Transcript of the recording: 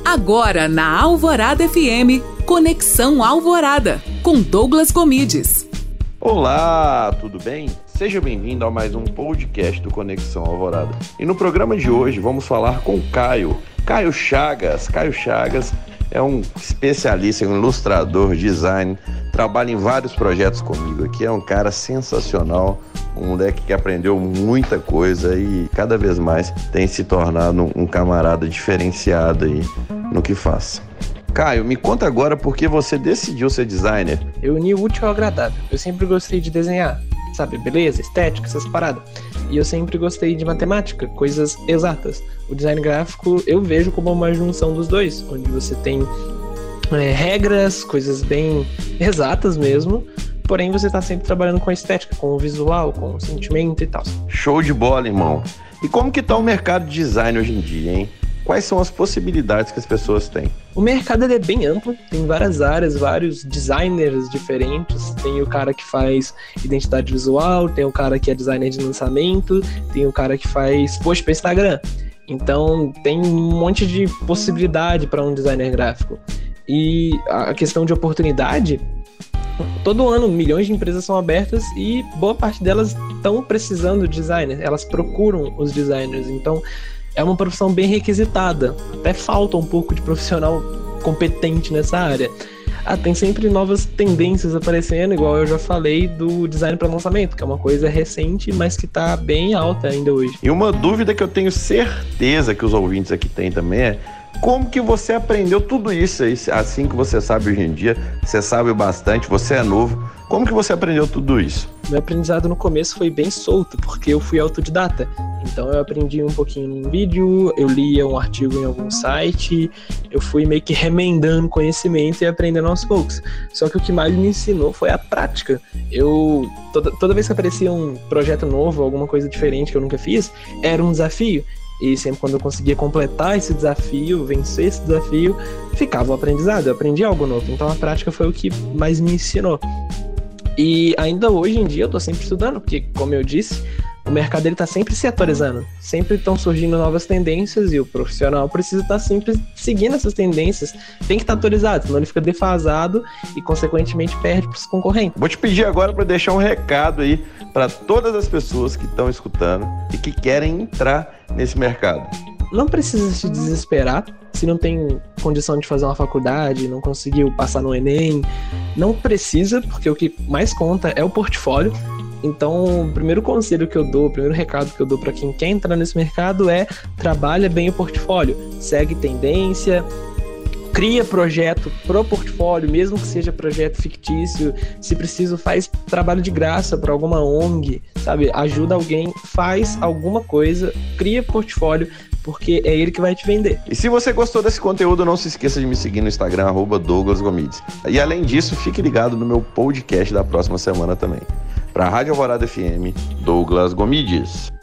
Agora na Alvorada FM, Conexão Alvorada, com Douglas Gomides. Olá, tudo bem? Seja bem-vindo a mais um podcast do Conexão Alvorada. E no programa de hoje vamos falar com Caio Chagas. Caio Chagas é um especialista, um ilustrador, design, trabalha em vários projetos comigo aqui, é um cara sensacional, um moleque que aprendeu muita coisa e cada vez mais tem se tornado um camarada diferenciado aí no que faz. Caio, me conta agora por que você decidiu ser designer. Eu uni o útil ao agradável. Eu sempre gostei de desenhar, sabe? Beleza, estética, essas paradas. E eu sempre gostei de matemática, coisas exatas. O design gráfico eu vejo como uma junção dos dois, onde você tem regras, coisas bem exatas mesmo, porém você tá sempre trabalhando com a estética, com o visual, com o sentimento e tal. Show de bola, irmão. E como que tá o mercado de design hoje em dia, hein? Quais são as possibilidades que as pessoas têm? O mercado ele é bem amplo, tem várias áreas, vários designers diferentes. Tem o cara que faz identidade visual, tem o cara que é designer de lançamento, tem o cara que faz post para Instagram. Então tem um monte de possibilidade para um designer gráfico. E a questão de oportunidade, todo ano milhões de empresas são abertas e boa parte delas estão precisando de designers, elas procuram os designers, então é uma profissão bem requisitada, até falta um pouco de profissional competente nessa área. Tem sempre novas tendências aparecendo, igual eu já falei do design para lançamento, que é uma coisa recente, mas que está bem alta ainda hoje. E uma dúvida que eu tenho certeza que os ouvintes aqui têm também é: como que você aprendeu tudo isso aí, assim que você sabe hoje em dia? Você sabe bastante, você é novo. Como que você aprendeu tudo isso? Meu aprendizado no começo foi bem solto, porque eu fui autodidata. Então eu aprendi um pouquinho num vídeo, eu lia um artigo em algum site, eu fui meio que remendando conhecimento e aprendendo aos poucos. Só que o que mais me ensinou foi a prática. Toda vez que aparecia um projeto novo, alguma coisa diferente que eu nunca fiz, era um desafio. E sempre quando eu conseguia completar esse desafio, vencer esse desafio, ficava o aprendizado, eu aprendi algo novo. Então a prática foi o que mais me ensinou. E ainda hoje em dia eu tô sempre estudando, porque, como eu disse, o mercado ele tá sempre se atualizando. Sempre estão surgindo novas tendências e o profissional precisa estar sempre seguindo essas tendências. Tem que estar atualizado, senão ele fica defasado e, consequentemente, perde para os concorrentes. Vou te pedir agora para deixar um recado aí para todas as pessoas que estão escutando e que querem entrar nesse mercado. Não precisa se desesperar se não tem condição de fazer uma faculdade, não conseguiu passar no Enem. Não precisa, porque o que mais conta é o portfólio. Então, o primeiro conselho que eu dou, o primeiro recado que eu dou para quem quer entrar nesse mercado é: trabalha bem o portfólio, segue tendência, cria projeto pro portfólio, mesmo que seja projeto fictício. Se preciso, faz trabalho de graça para alguma ONG, sabe? Ajuda alguém, faz alguma coisa, cria portfólio, porque é ele que vai te vender. E se você gostou desse conteúdo, não se esqueça de me seguir no Instagram, @Douglas Gomides. E além disso, fique ligado no meu podcast da próxima semana também. Para a Rádio Alvorada FM, Douglas Gomides.